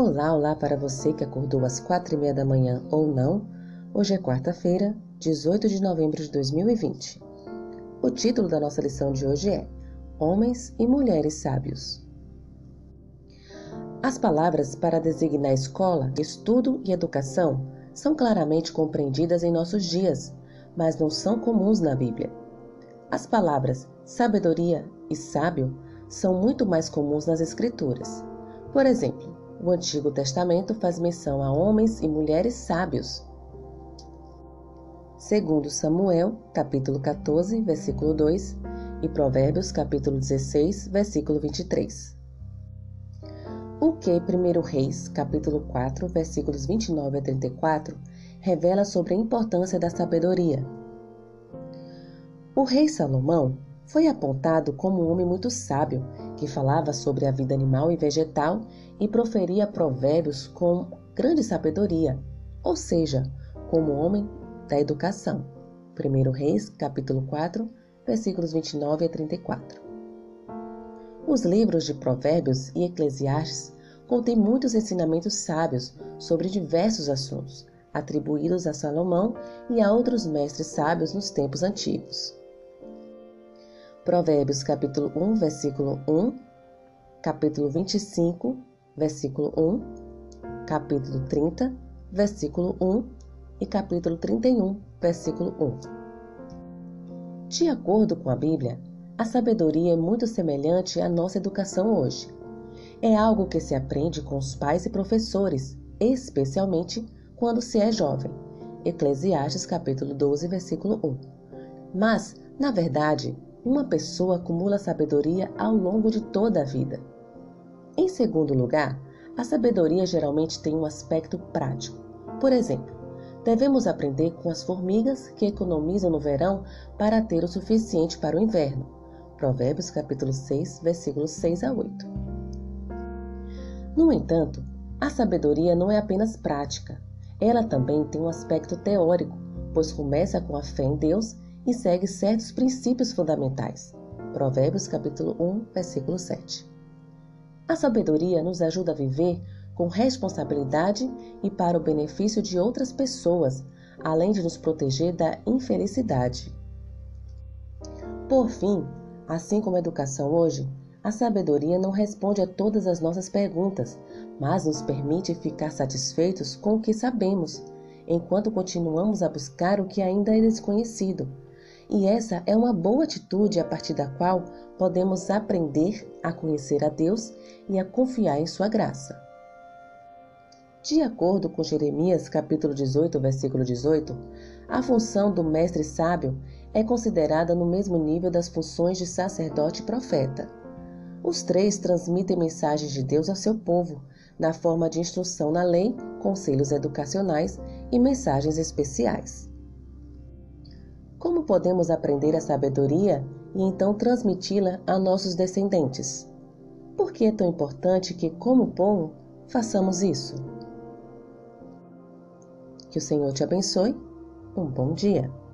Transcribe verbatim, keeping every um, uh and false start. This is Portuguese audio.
Olá, olá para você que acordou às quatro e meia da manhã ou não. Hoje é quarta-feira, dezoito de novembro de dois mil e vinte. O título da nossa lição de hoje é Homens e Mulheres Sábios. As palavras para designar escola, estudo e educação são claramente compreendidas em nossos dias, mas não são comuns na Bíblia. As palavras sabedoria e sábio são muito mais comuns nas Escrituras. Por exemplo, o Antigo Testamento faz menção a homens e mulheres sábios. Segundo Samuel, capítulo quatorze, versículo dois, e Provérbios, capítulo dezesseis, versículo vinte e três. O que primeiro Reis, capítulo quatro, versículos vinte e nove a trinta e quatro, revela sobre a importância da sabedoria. O rei Salomão foi apontado como um homem muito sábio, que falava sobre a vida animal e vegetal e proferia provérbios com grande sabedoria, ou seja, como homem da educação. primeiro Reis, capítulo quatro, versículos vinte e nove a trinta e quatro. Os livros de Provérbios e Eclesiastes contêm muitos ensinamentos sábios sobre diversos assuntos, atribuídos a Salomão e a outros mestres sábios nos tempos antigos. Provérbios capítulo um, versículo um, capítulo vinte e cinco, versículo um, capítulo trinta, versículo um e capítulo trinta e um, versículo um. De acordo com a Bíblia, a sabedoria é muito semelhante à nossa educação hoje. É algo que se aprende com os pais e professores, especialmente quando se é jovem. Eclesiastes capítulo doze, versículo um. Mas, na verdade, uma pessoa acumula sabedoria ao longo de toda a vida. Em segundo lugar, a sabedoria geralmente tem um aspecto prático. Por exemplo, devemos aprender com as formigas que economizam no verão para ter o suficiente para o inverno. Provérbios capítulo seis, versículos seis a oito. No entanto, a sabedoria não é apenas prática. Ela também tem um aspecto teórico, pois começa com a fé em Deus e segue certos princípios fundamentais. Provérbios capítulo um, versículo sete. A sabedoria nos ajuda a viver com responsabilidade e para o benefício de outras pessoas, além de nos proteger da infelicidade. Por fim, assim como a educação hoje, a sabedoria não responde a todas as nossas perguntas, mas nos permite ficar satisfeitos com o que sabemos, enquanto continuamos a buscar o que ainda é desconhecido. E essa é uma boa atitude a partir da qual podemos aprender a conhecer a Deus e a confiar em sua graça. De acordo com Jeremias capítulo dezoito, versículo dezoito, a função do mestre sábio é considerada no mesmo nível das funções de sacerdote e profeta. Os três transmitem mensagens de Deus ao seu povo, na forma de instrução na lei, conselhos educacionais e mensagens especiais. Como podemos aprender a sabedoria e então transmiti-la a nossos descendentes? Por que é tão importante que, como povo, façamos isso? Que o Senhor te abençoe. Um bom dia.